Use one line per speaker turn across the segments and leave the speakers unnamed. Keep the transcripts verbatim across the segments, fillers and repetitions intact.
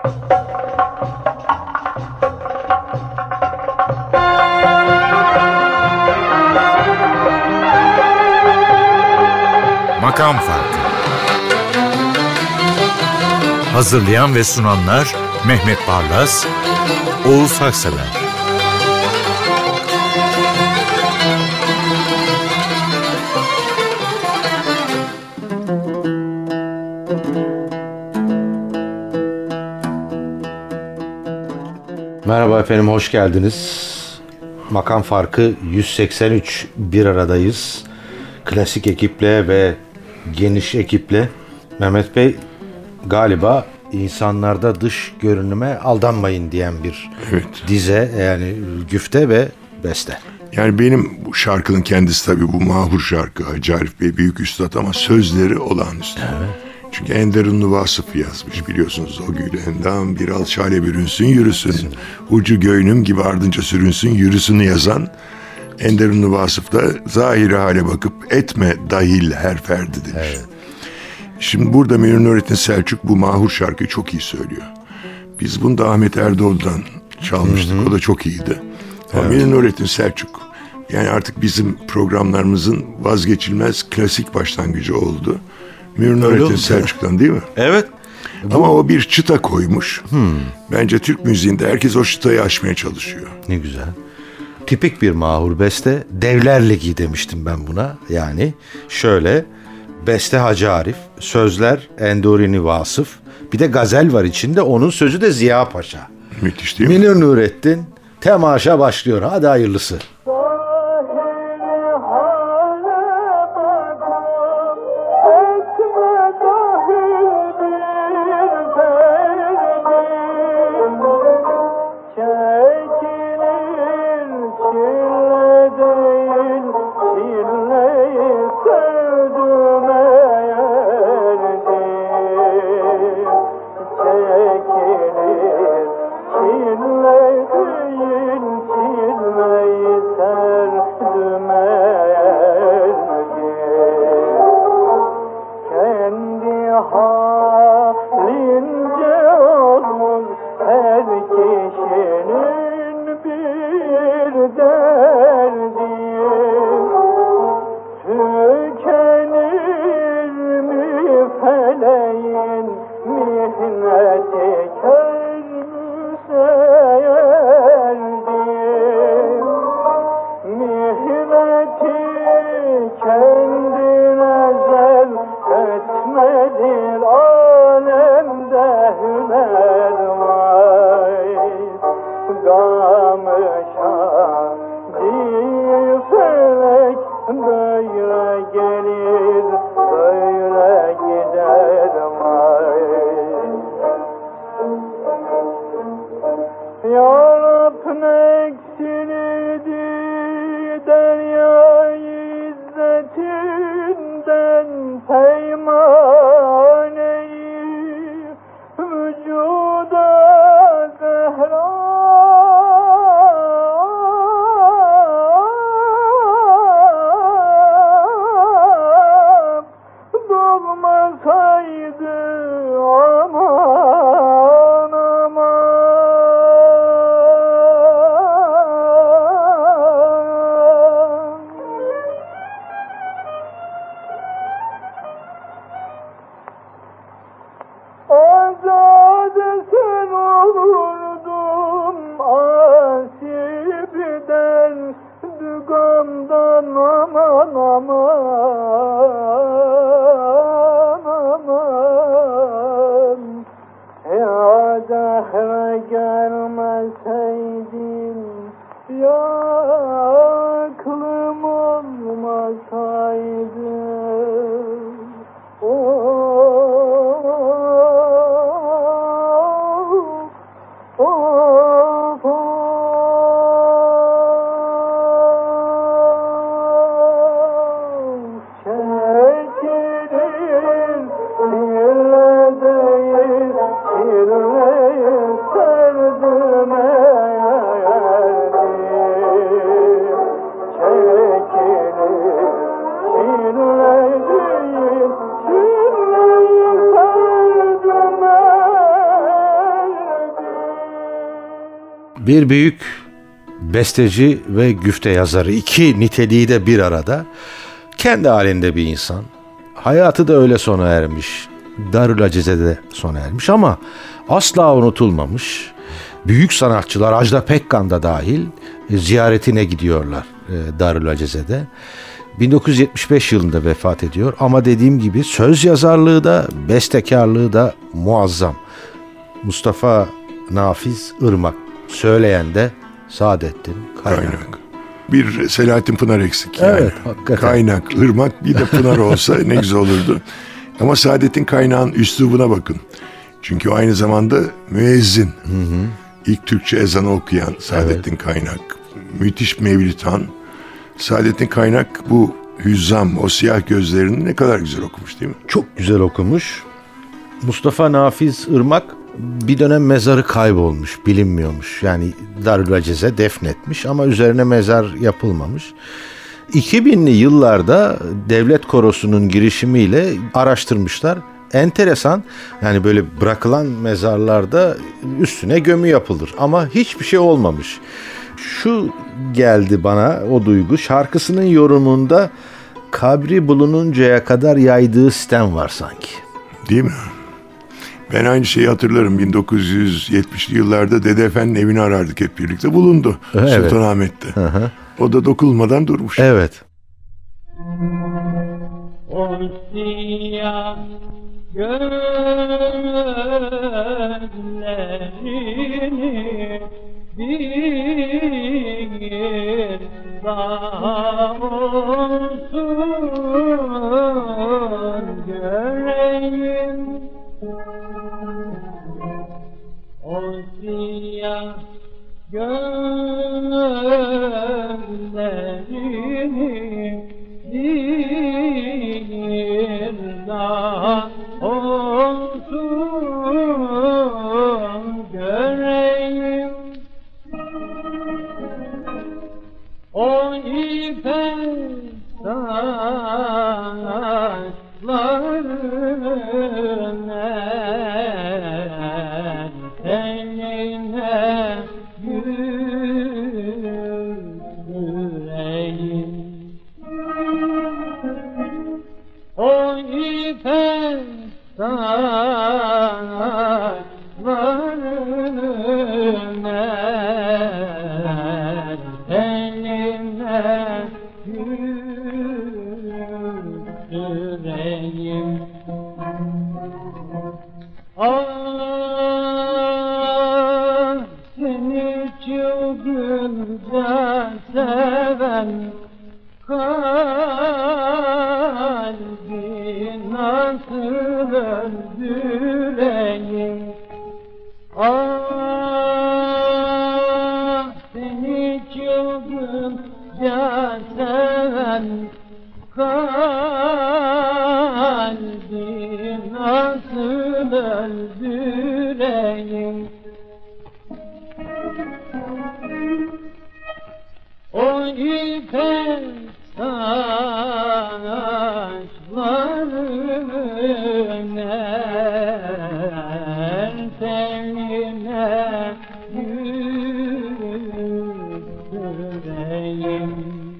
Makam Farkı. Hazırlayan ve sunanlar Mehmet Barlas, Oğuz Haksever.
Merhaba efendim, hoş geldiniz. Makam Farkı yüz seksen üç, bir aradayız. Klasik ekiple ve geniş ekiple. Mehmet Bey galiba insanlarda dış görünüme aldanmayın diyen bir
evet.
dize, yani güfte ve beste.
Yani benim bu şarkının kendisi tabii bu mahur şarkı. Hacı Arif Bey büyük üstad ama sözleri olağanüstü. Evet. Çünkü Ender Ünlü Vasıf yazmış, biliyorsunuz. O gül endam bir alçale bürünsün yürüsün. Evet. Ucu göynüm gibi ardınca sürünsün yürüsünü yazan Ender Ünlü Vasıf da zahiri hale bakıp etme dahil her ferdi demiş. Evet. Şimdi burada Münir Nurettin Selçuk bu mahur şarkıyı çok iyi söylüyor. Biz bunu da Ahmet Erdoğan'dan çalmıştık. Hı hı. O da çok iyiydi. Ama evet. Münir Nurettin Selçuk yani artık bizim programlarımızın vazgeçilmez klasik başlangıcı oldu. Münir Nurettin Selçuk'tan, değil mi?
Evet.
Ama bu... o bir çıta koymuş. Hmm. Bence Türk müziğinde herkes o çıtayı aşmaya çalışıyor.
Ne güzel. Tipik bir mahur beste. Devler Ligi demiştim ben buna. Yani şöyle, beste Hacı Arif, sözler Endurini Vasıf, bir de gazel var içinde, onun sözü de Ziya Paşa.
Müthiş değil mi?
Münir Nurettin, temaşa başlıyor. Hadi hayırlısı.
Serdime erdi.
Bir büyük besteci ve güfte yazarı, iki niteliği de bir arada. Kendi halinde bir insan. Hayatı da öyle sona ermiş. Darülacize'de sona ermiş ama asla unutulmamış. Büyük sanatçılar, Ajda Pekkan da dahil, e, ziyaretine gidiyorlar e, Darülacize'de. bin dokuz yüz yetmiş beş yılında vefat ediyor ama dediğim gibi söz yazarlığı da, bestekarlığı da muazzam. Mustafa Nafiz Irmak, söyleyen de Saadettin Kaynak.
Kaynak. Bir Selahattin Pınar eksik yani.
Evet, hakikaten.
Kaynak, Irmak, bir de Pınar olsa ne güzel olurdu. Ama Saadettin Kaynak'ın üslubuna bakın. Çünkü o aynı zamanda müezzin. Hı hı. İlk Türkçe ezanı okuyan Saadettin evet. Kaynak. Müthiş mevlidhan. Saadettin Kaynak bu hüzzam, o siyah gözlerini ne kadar güzel okumuş değil mi?
Çok güzel okumuş. Mustafa Nafiz Irmak bir dönem mezarı kaybolmuş, bilinmiyormuş. Yani Darülacize defnetmiş ama üzerine mezar yapılmamış. iki binli yıllarda devlet korosunun girişimiyle araştırmışlar. Enteresan, yani böyle bırakılan mezarlarda üstüne gömü yapılır ama hiçbir şey olmamış. Şu geldi bana o duygu, şarkısının yorumunda kabri bulununcaya kadar yaydığı sitem var sanki.
Değil mi? Ben aynı şeyi hatırlarım. bin dokuz yüz yetmişli yıllarda Dede Efendi'nin evini arardık hep birlikte. Bulundu evet. Sultanahmet'te. Hı hı. O da dokunulmadan durmuş.
Evet.
O siyah gözlerini bir daha olsun göreyim. O siyah gözlerini bir daha olsun göreyim. O ipek saçlarına eline güldüreyim. O ipek saçlarına eline güldüreyim. Ah, seni çılgınca seven kalbi nasıl öldüreyim? Ah, seni çılgınca seven kalbi nasıl öldüreyim? O ipek saçlarına teline güldüreyim.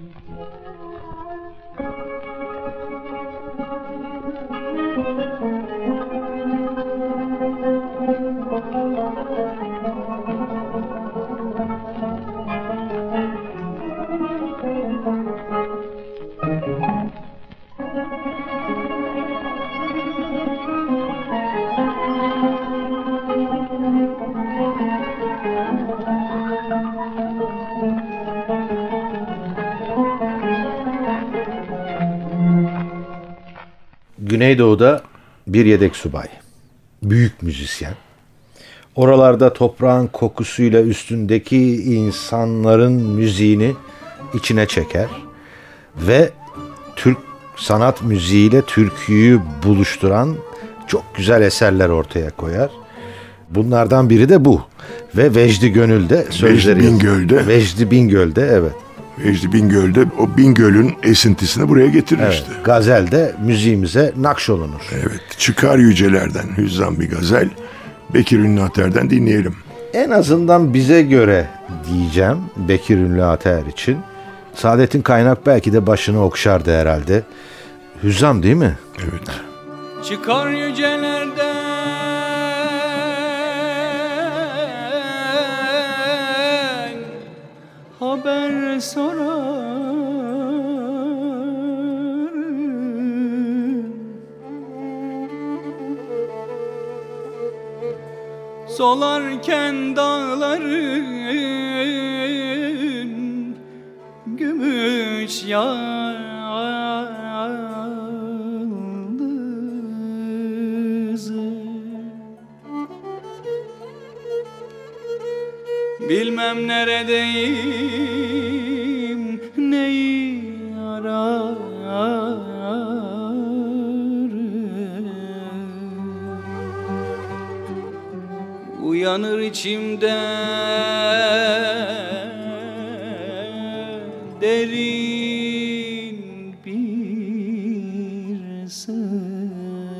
Güneydoğu'da bir yedek subay, büyük müzisyen. Oralarda toprağın kokusuyla üstündeki insanların müziğini içine çeker ve Türk sanat müziğiyle türküyü buluşturan çok güzel eserler ortaya koyar. Bunlardan biri de bu. Ve Vecdi Gönül'de sözleri.
Vecdi Bingöl'de.
Vecdi Bingöl'de evet.
Vecdi Bingöl'de o Bingöl'ün esintisini buraya getirmişti.
Evet, gazel müziğimize nakşolunur.
Evet, çıkar yücelerden hüzzam bir gazel. Bekir Ünlü Ater'den dinleyelim.
en azından bize göre diyeceğim Bekir Ünlü Ateğer için. Saadettin Kaynak belki de başını okşardı herhalde. Hüzzam değil mi?
Evet.
Çıkar yücelerden haber sorar, solarken dağların gümüş yıldızı. Bilmem neredeyim, neyi ararım. Uyanır içimde derin bir sızı.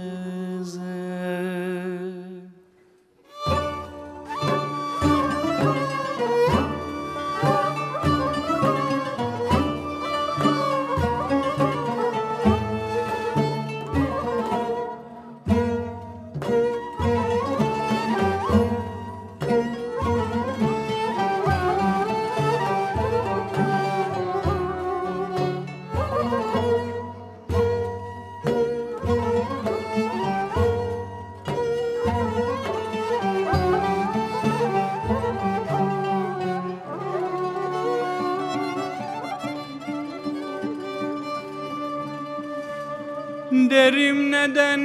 Derim neden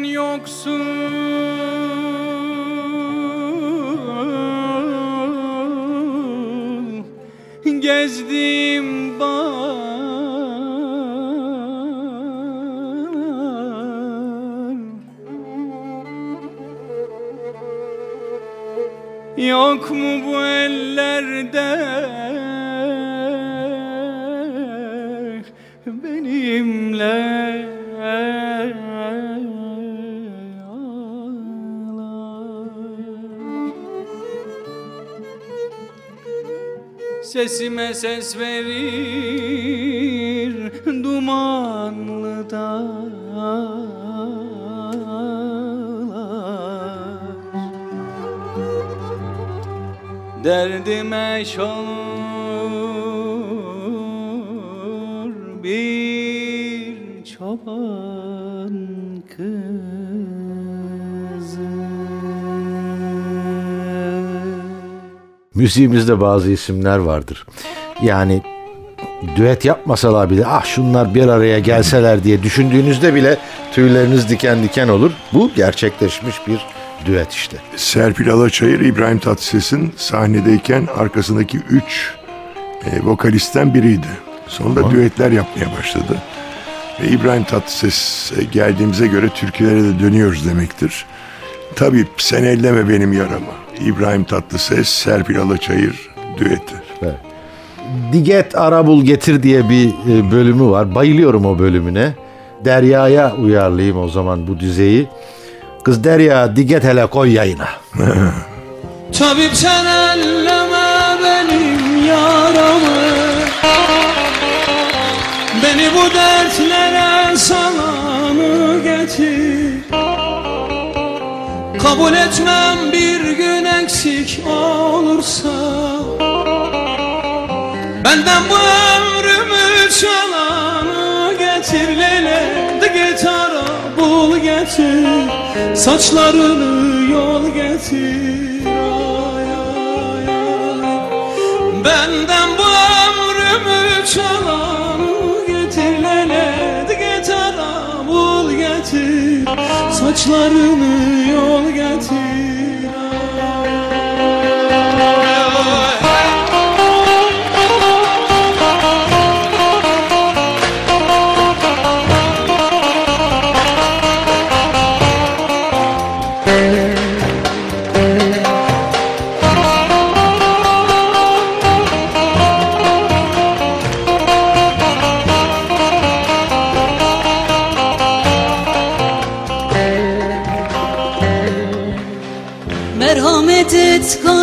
yoksun gezdiğim bağlar, yok mu bu ellerde benimle sesime ses verir dumanlı dağlar, derdime eş olur bir çoban kızı.
Müziğimizde bazı isimler vardır. Yani düet yapmasalar bile ah şunlar bir araya gelseler diye düşündüğünüzde bile tüyleriniz diken diken olur. Bu gerçekleşmiş bir düet işte.
Serpil Alaçayır, İbrahim Tatlıses'in sahnedeyken arkasındaki üç e, vokalistten biriydi. Sonra
Aha.
düetler yapmaya başladı. Ve İbrahim Tatlıses e, geldiğimize göre türkülere de dönüyoruz demektir. Tabii sen elleme benim yaramı. İbrahim Tatlıses, Serpil Alaçayır düeti.
Evet. Diget Arabul Getir diye bir bölümü var. Bayılıyorum o bölümüne. Derya'ya uyarlayayım o zaman bu dizeyi. Kız Derya diget hele koy yayına.
Tabip sen elleme benim yaramı, beni bu dertlere salanı getir. Kabul etmem bir gün eksik olursa, benden bu ömrümü çalanı getir. Lele de gitara bul getir, saçlarını yol getir. Ay, ay, ay. Benden bu ömrümü çalanı getir. Lele de gitara bul getir, saçlarını yol getir.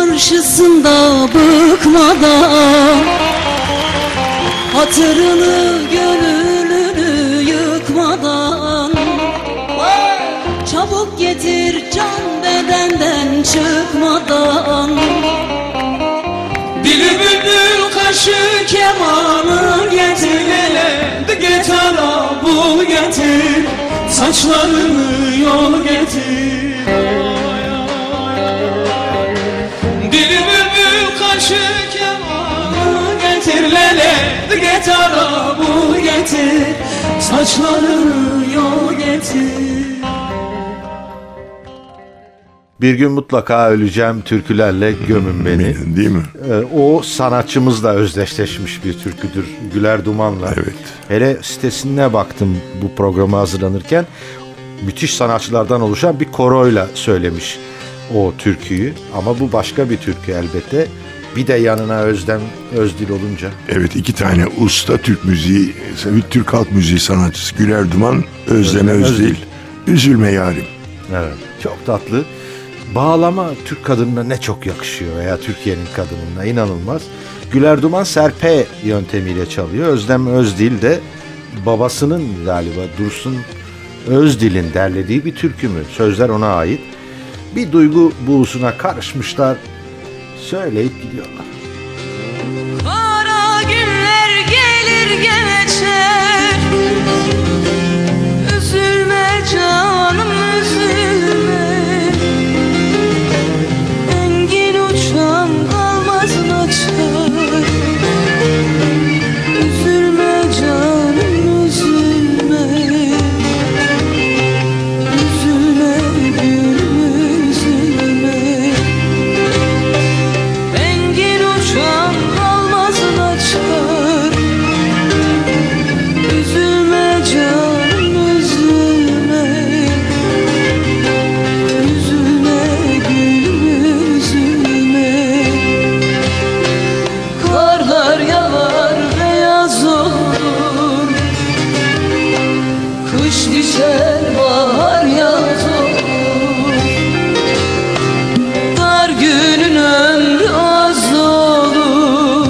karşısında bıkmadan, hatırını gönlünü yıkmadan, çabuk getir can bedenden çıkmadan.
Dili bülbül kaşı kemanı getir hele, gitara bul getir, saçlarını yol getir. Dili bülbül kaşı kemanı getir hele, gitara bul getir, saçlarını yol getir.
Bir gün mutlaka öleceğim türkülerle gömün beni.
Değil mi?
Ee, o sanatçımızla özdeşleşmiş bir türküdür. Güler Duman'la.
Evet.
Hele sitesine baktım bu programı hazırlanırken. Müthiş sanatçılardan oluşan bir koroyla söylemiş o türküyü. Ama bu başka bir türkü elbette. Bir de yanına Özlem Özdil olunca.
Evet, iki tane usta Türk müziği, Türk halk müziği sanatçısı Güler Duman, Özlem
Özlem
Özdil.
Özdil.
Üzülme yarim.
Evet. Çok tatlı. Bağlama Türk kadınına ne çok yakışıyor veya Türkiye'nin kadınına, inanılmaz. Güler Duman serpe yöntemiyle çalıyor. Özlem Özdil de babasının galiba Dursun Özdil'in derlediği bir türkü mü? Sözler ona ait. Bir duygu buğusuna karışmışlar, söyleyip gidiyorlar.
Kara günler gelir geçer, üzülme canım üzülme, engin uçan kalmaz açar, üzülme canım üzülme, üzülme gülüm üzülme, engin uçan kalmaz açar, üzülme canım üzülme, üzülme gülüm üzülme. Karlar yağar beyaz olur, kış düşer bahar yaz olur, dar günün ömrü az olur,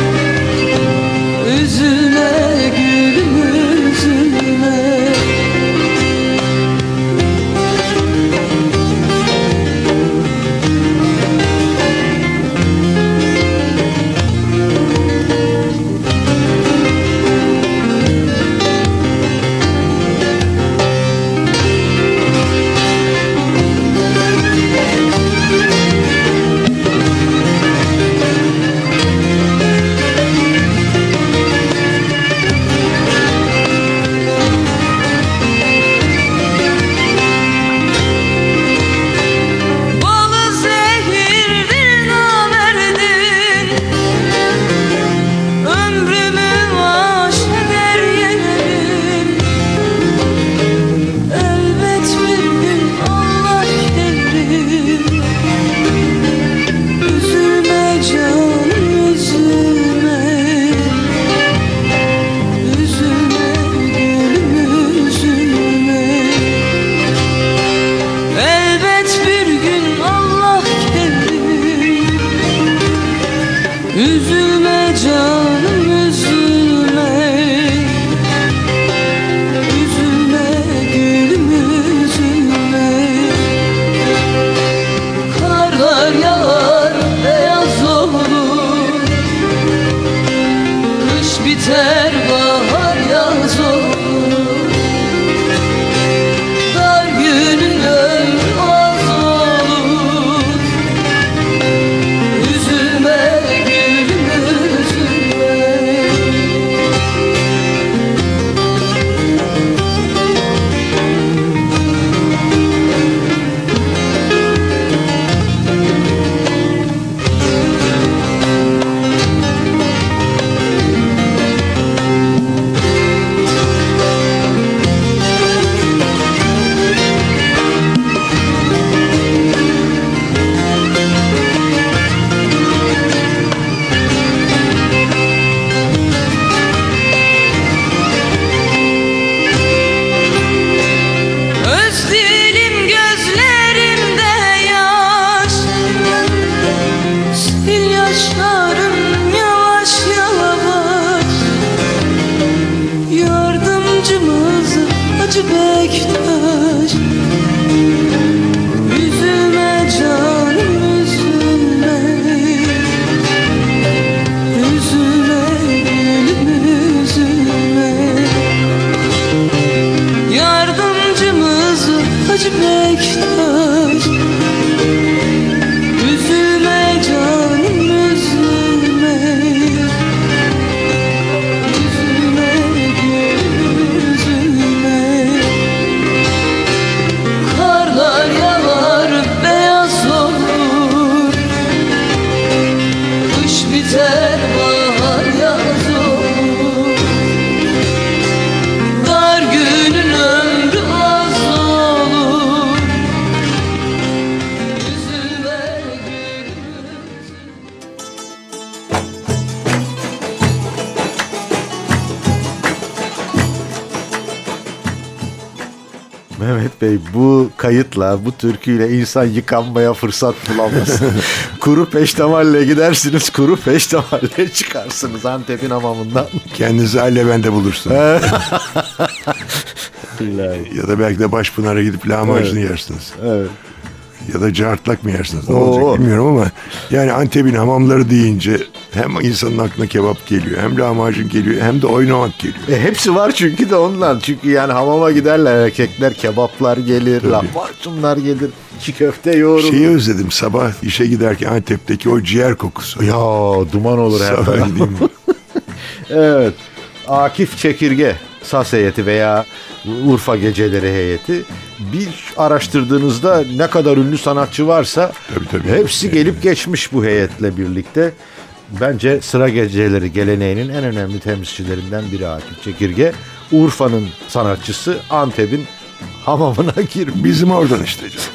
üzülme gülüm üzülme. Balı zehirdir namerdin, ömrümü aş eder yerim, elbet bir gün Allah kerim, üzülme canım üzülme, üzülme gülüm üzülme. Elbet bir gün Allah kerim, üzülme canım üzülme, üzülme gülüm üzülme. Karlar yağar beyaz olur, kış biter bahar yaz olur, dar günün ömrü az olur, üzülme gülüm üzülme.
Mehmet Bey, bu kayıtla, bu türküyle insan yıkanmaya fırsat bulamaz. Kuru peştemalle gidersiniz, kuru peştemalle çıkarsınız Antep'in hamamından.
Kendinizi Levent'te bulursunuz. Ya da belki de Başpınar'a gidip lahmacun
Evet.
yersiniz.
Evet.
Ya da cartlak mı yersiniz? Ne
Oo.
olacak bilmiyorum ama yani Antep'in hamamları deyince hem insanın aklına kebap geliyor, hem lahmacun geliyor, hem de oynamak geliyor.
E, hepsi var çünkü de ondan. Çünkü yani hamama giderler erkekler, kebaplar gelir, lahmacunlar gelir, çiğ köfte yoğurulur.
Şeyi özledim, sabah işe giderken Antep'teki o ciğer kokusu.
Ya duman olur her
Sabah
taraf.
gideyim.
Evet. Akif Çekirge Saz heyeti veya Urfa Geceleri heyeti, bir araştırdığınızda ne kadar ünlü sanatçı varsa
Tabii, tabii.
hepsi gelip geçmiş bu heyetle birlikte. Bence sıra geceleri geleneğinin en önemli temsilcilerinden biri Akif Çekirge. Urfa'nın sanatçısı, Antep'in hamamına girmiş.
Bizim oradan işte canım.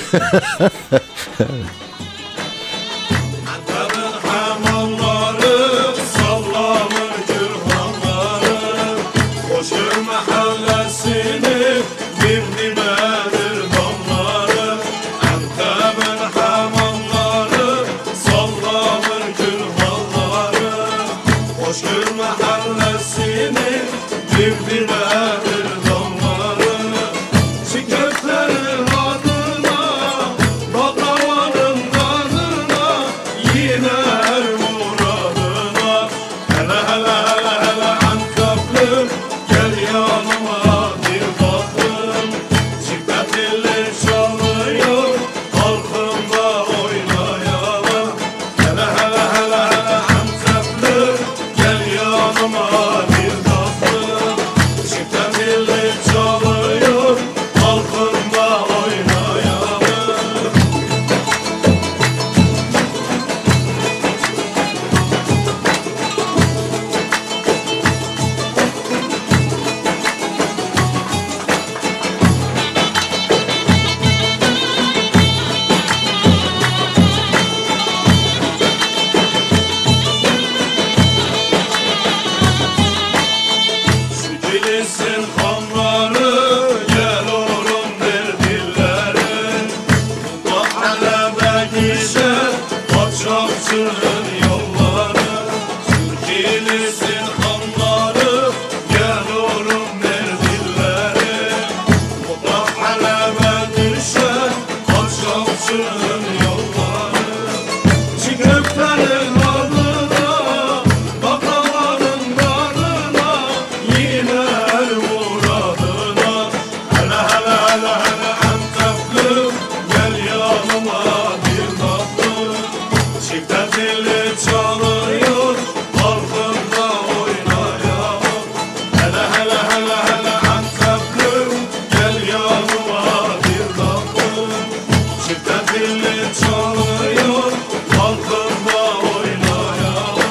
Hamamları sallanır cürhanları, Koşur mahallesini dimdimedir damları. Antep'in hamamları sallanır cürhanları, Koşur mahallesini dimdimedir damları. Çiçeklerin adına, baklavanın tadına, yiner muradına. Hele hele hele hele Anteplim, gel yanıma bir tatlım. Şiddetli çalıyor, halkımda oynayalım. Hele hele hele hele Anteplim, gel yanıma bir tatlım. Şiddetli çalıyor, halkımda oynayalım. Sicilisin hamları, gel oğlum ver dillerin. Mahallede gişe, kaçakçının yolları. Sicilisin hamları, gel oğlum ver dillerin. Mahallede gişe, kaçakçının yolları. Çiğ köftenin adına, baklavanın tadına, yiner muradına. Hele hele hele hele Anteplim, gel yanıma bir tatlım. Şiddetli çalıyor, halkımda oynayalım. Hele hele hele hele Anteplim, gel yanıma bir tatlım. Şiddetli çalıyor, halkımda oynayalım.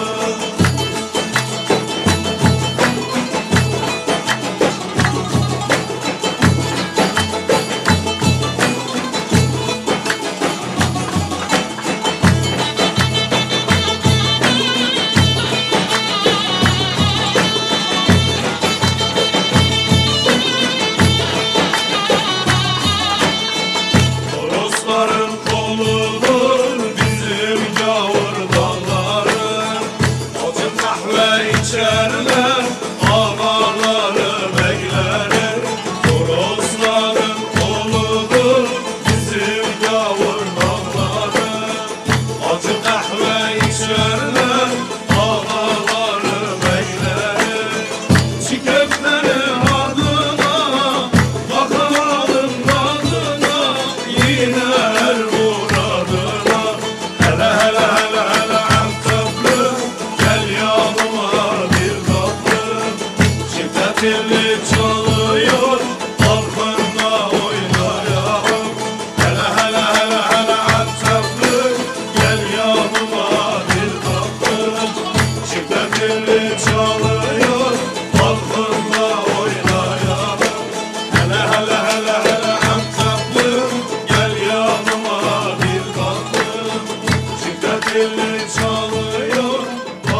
Torosların koludur bizim gavur dağları. Acın kahve içerler ağaları beyleri. Torosların koludur bizim gavur dağları. Acı kahve içerler ağaları beyleri. Çiğ köftenin adına, baklavanın tadına, yiner muradına. Hele hele hele hele Anteplim, gel yanıma bir tatlım. Şiddetli çalıyor, halkımda oynayalım. Hele hele hele hele Anteplim, gel yanıma bir tatlım. Şiddetli çalıyor, halkımda oynayalım. Hele hele hele hele Anteplim, gel yanıma bir tatlım. Şiddetli çalıyor,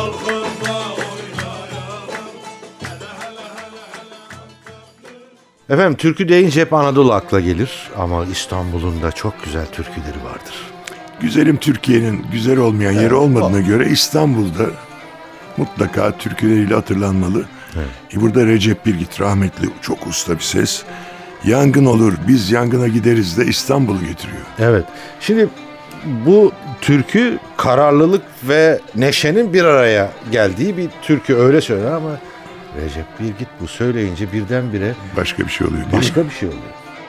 halkımda oynayalım. Hele hele hele hele Anteplim.
Efendim türkü deyince hep Anadolu akla gelir ama İstanbul'un da çok güzel türküleri vardır.
Güzelim Türkiye'nin güzel olmayan yeri olmadığına göre İstanbul'da mutlaka türküleriyle hatırlanmalı.
Evet.
E burada Recep Birgit rahmetli, çok usta bir ses. Yangın olur, biz yangına gideriz de İstanbul'u getiriyor.
Evet. Şimdi bu türkü kararlılık ve neşenin bir araya geldiği bir türkü, öyle söyler ama Recep Birgit bu söyleyince birdenbire
Başka bir şey oluyor değil mi?
başka bir şey oluyor.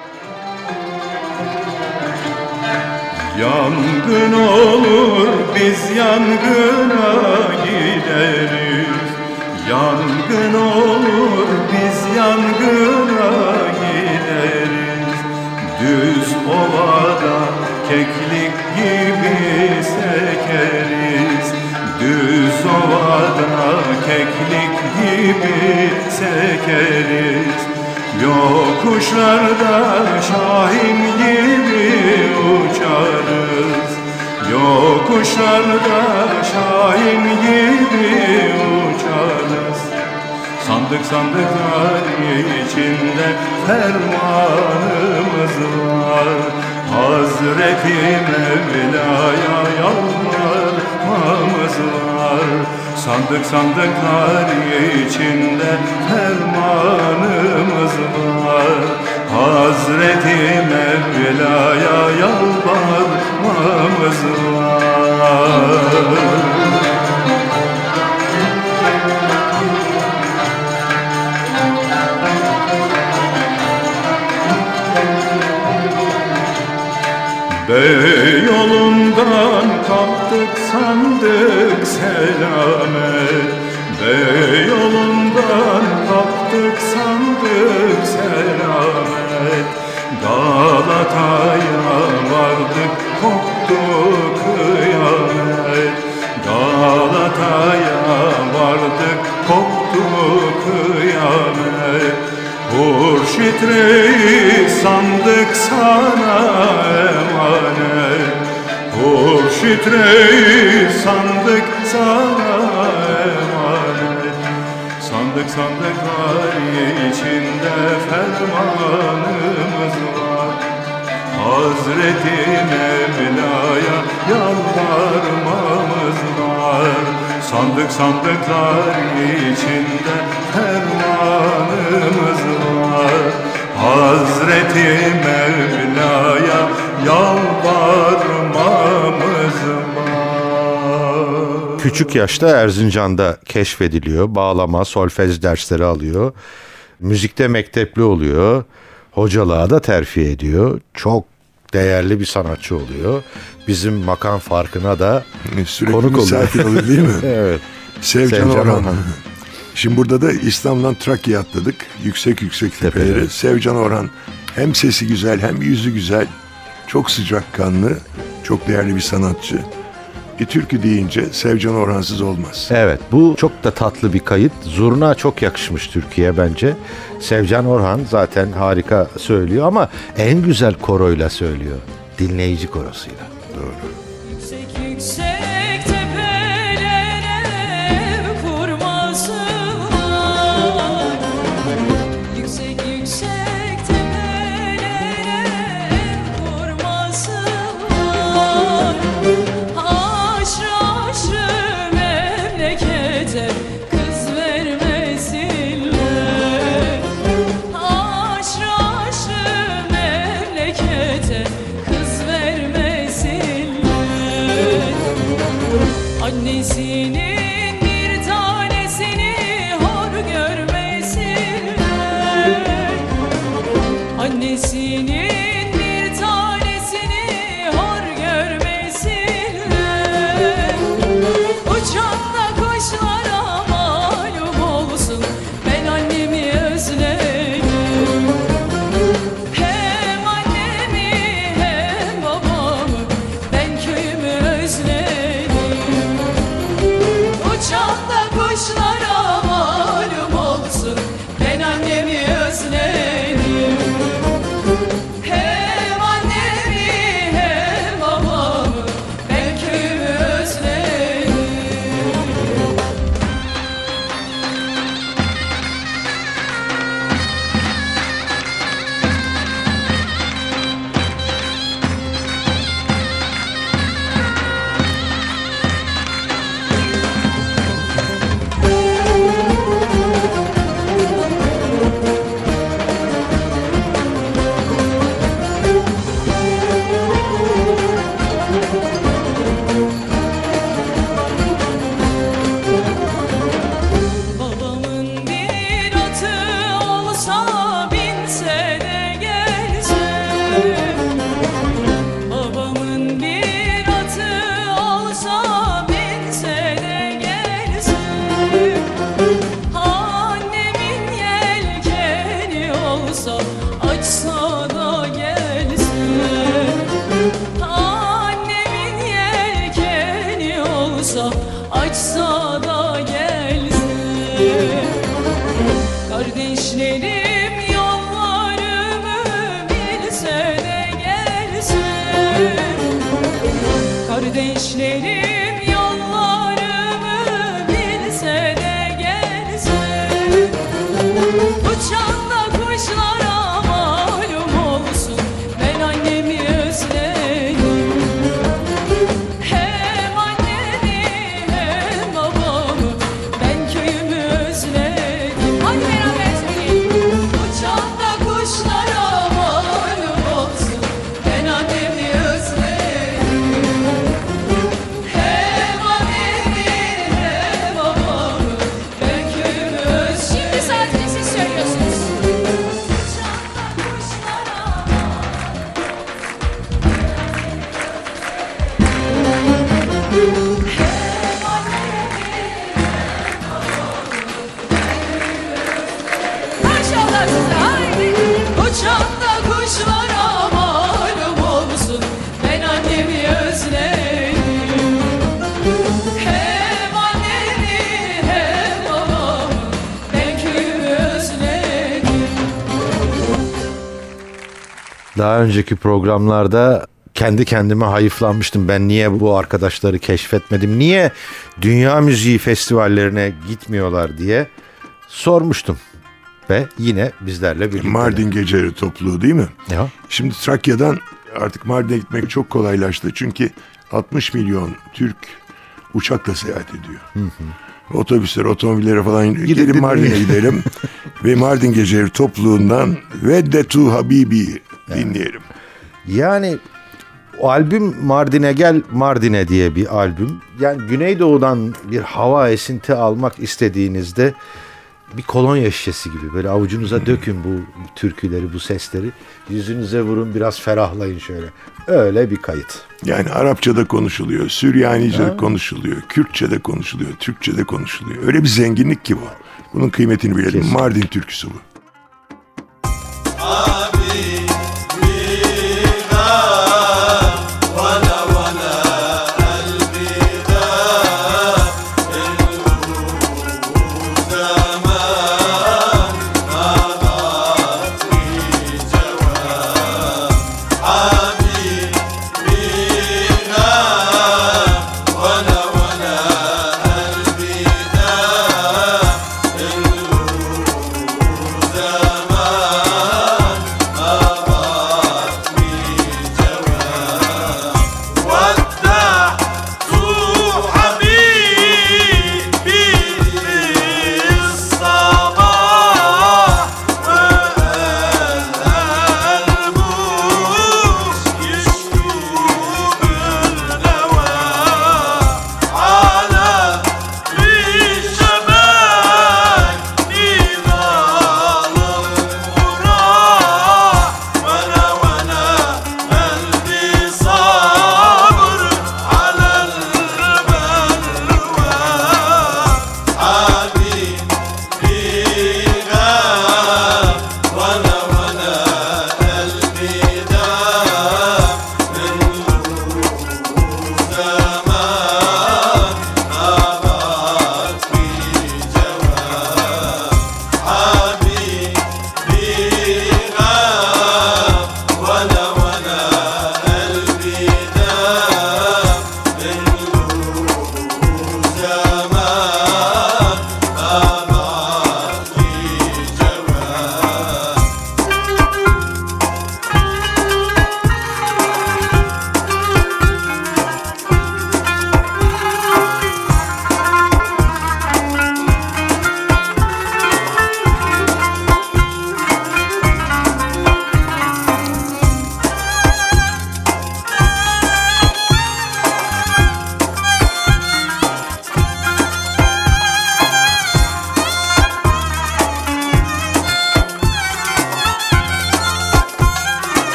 Yangın olur biz yangına gideriz. Yangın olur biz yangına gideriz. Düz ovada keklik gibi sekeriz. Düz ovada keklik gibi sekeriz. Yokuşlarda şahin gibi uçarız. Yokuşlarda şahin gibi uçarız. Sandık sandıklar içinde fermanımız var. Hazreti Mevla'ya yalvarmamız var. Sandık sandıklar içinde fermanımız var. Hazreti Mevla'ya yalvarmamız var. Beyoğlu'ndan kalktık sandık selamet. Beyoğlu'ndan kalktık sandık selamet. Galata'ya vardık koptu kıyamet. Galata'ya vardık koptu kıyamet. Hurşit Reis sandık sana emanet. Hurşit Reis sandık sana emanet. Sandık sandıklar içinde fermanımız var. Hazreti Mevla'ya yalvarmamız var. Sandık sandıklar içinde fermanımız var. Hazreti Mevla'ya yalvarmamız var.
Küçük yaşta Erzincan'da keşfediliyor. Bağlama, solfej dersleri alıyor. Müzikte mektepli oluyor. Hocalığa da terfi ediyor. Çok değerli bir sanatçı oluyor. Bizim makam farkına da
Sürekli
konuk oluyor.
misafir oluyor değil mi?
Evet.
Sevcan,
Sevcan
Orhan.
Orhan.
Şimdi burada da İstanbul'dan Trakya'ya atladık. Yüksek yüksek tepeleri.
Tepeleri.
Sevcan Orhan hem sesi güzel hem yüzü güzel. Çok sıcakkanlı, çok değerli bir sanatçı. E, türkü deyince Sevcan Orhansız olmaz.
Evet, bu çok da tatlı bir kayıt. Zurna çok yakışmış Türkiye'ye bence. Sevcan Orhan zaten harika söylüyor ama en güzel koroyla söylüyor. Dinleyici korosuyla.
Doğru.
Yüksek yüksek tepelere kurması var. Yüksek yüksek tepelere kurması var. Aşrı aşrı memlekete kız vermesinler. Aşrı aşrı memlekete kız vermesinler. Annesinin bir tanesini hor görmesinler. Annesinin bir tanesini hor görmesinler. Uçakla kuşlara malum olsun, ben annemi özledim. Hem annemi hem babamı, ben köyümü özledim. Uçakla kuşlara malum olsun, ben annemi özledim. Hem annemi hem babamı, ben köyümü özledim. olursa açsa da gelsin. Kardeşlerim yollarımı bilse de gelsin. Kardeşlerim yollarımı bilse de gelsin. Uçan da kuşlara malum olsun, ben annemi özledim. Hem annemi hem babamı, ben köyümü özledim. Hadi beraber söyleyelim. Uçan da kuşlara malum olsun, ben annemi özledim. Hem annemi hem babamı, ben köyümü özledim. Şimdi sadece siz söylüyorsunuz. Uçan da kuşlara maşallah size, haydi. Uçan da kuşlara malum olsun, ben annemi özledim. Hem annemi hem babamı, ben köyümü özledim.
Daha önceki programlarda kendi kendime hayıflanmıştım. Ben niye bu arkadaşları keşfetmedim? Niye dünya müziği festivallerine gitmiyorlar diye sormuştum. Ve yine bizlerle birlikte.
Mardin Geceleri topluluğu değil mi?
Ya.
Şimdi Trakya'dan artık Mardin'e gitmek çok kolaylaştı. Çünkü altmış milyon Türk uçakla seyahat ediyor. Hı hı. Otobüsler, otomobillere falan gidelim Mardin'e gidelim. Ve Mardin Geceleri topluluğundan Veddetu Habibi dinleyelim.
Yani o albüm Mardin'e Gel Mardin'e diye bir albüm. Yani Güneydoğu'dan bir hava esinti almak istediğinizde bir kolonya şişesi gibi böyle avucunuza dökün bu türküleri, bu sesleri. Yüzünüze vurun, biraz ferahlayın şöyle. Öyle bir kayıt.
Yani Arapça'da konuşuluyor, Süryanice'de konuşuluyor, Kürtçe'de konuşuluyor, Türkçe'de konuşuluyor. Öyle bir zenginlik ki bu. Bunun kıymetini bilelim.
Kesin.
Mardin türküsü bu.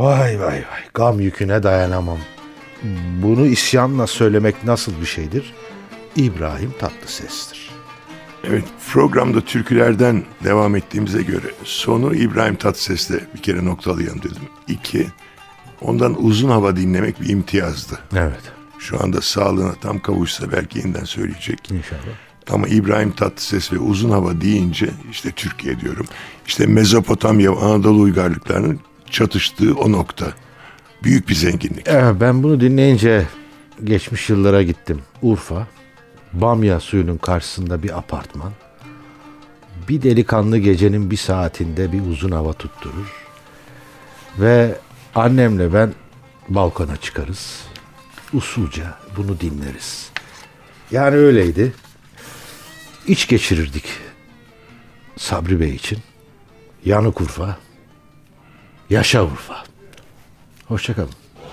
Vay vay vay, gam yüküne dayanamam. Bunu isyanla söylemek nasıl bir şeydir? İbrahim Tatlıses'tir.
Evet, programda türkülerden devam ettiğimize göre sonu İbrahim Tatlıses'le bir kere noktalayalım dedim. İki, ondan Uzun Hava dinlemek bir imtiyazdı.
Evet.
Şu anda sağlığına tam kavuşsa belki yeniden söyleyecek.
İnşallah.
Ama İbrahim Tatlıses ve Uzun Hava deyince işte Türkiye diyorum. İşte Mezopotamya ve Anadolu uygarlıklarının çatıştığı o nokta. Büyük bir zenginlik.
Evet, ben bunu dinleyince geçmiş yıllara gittim. Urfa, Bamya suyunun karşısında bir apartman. Bir delikanlı gecenin bir saatinde bir uzun hava tutturur. Ve annemle ben balkona çıkarız. Usulca bunu dinleriz. Yani öyleydi. İç geçirirdik Sabri Bey için. Yanık Urfa, yaşa Urfa. Hoşçakalın.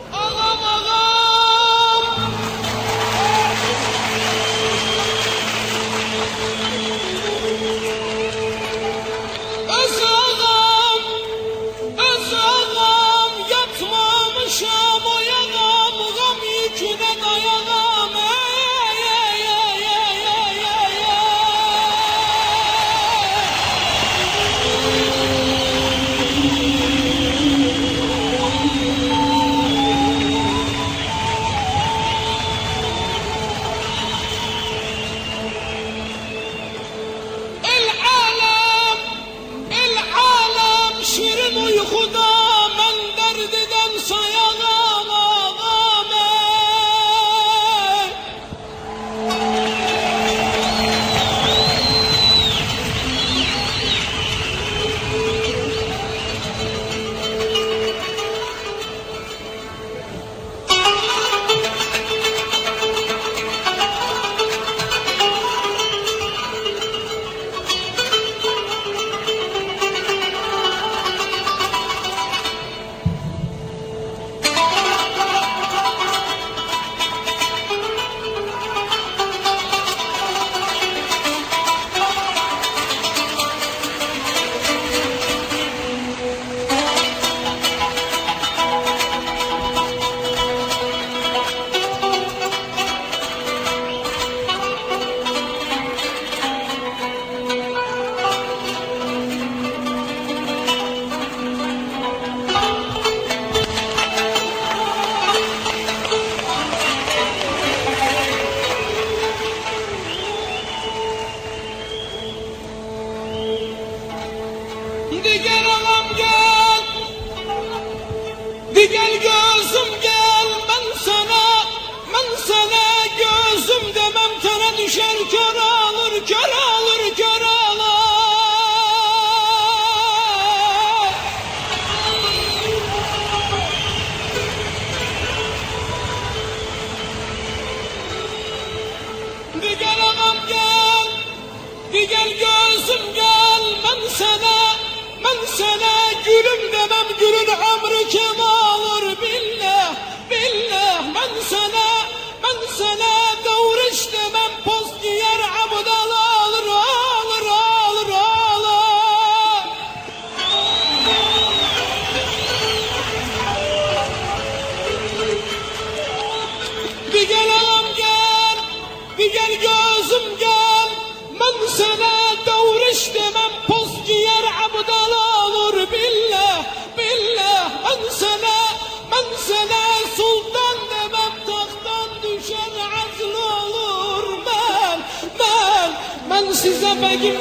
Size begim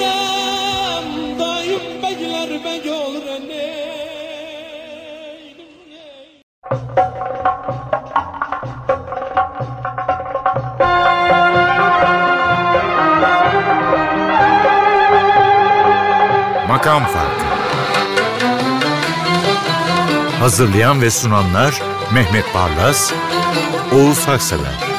diyerem, dayım begler beg olur ne.
Makam Farkı. Hazırlayan ve sunanlar Mehmet Barlas, Oğuz Haksever.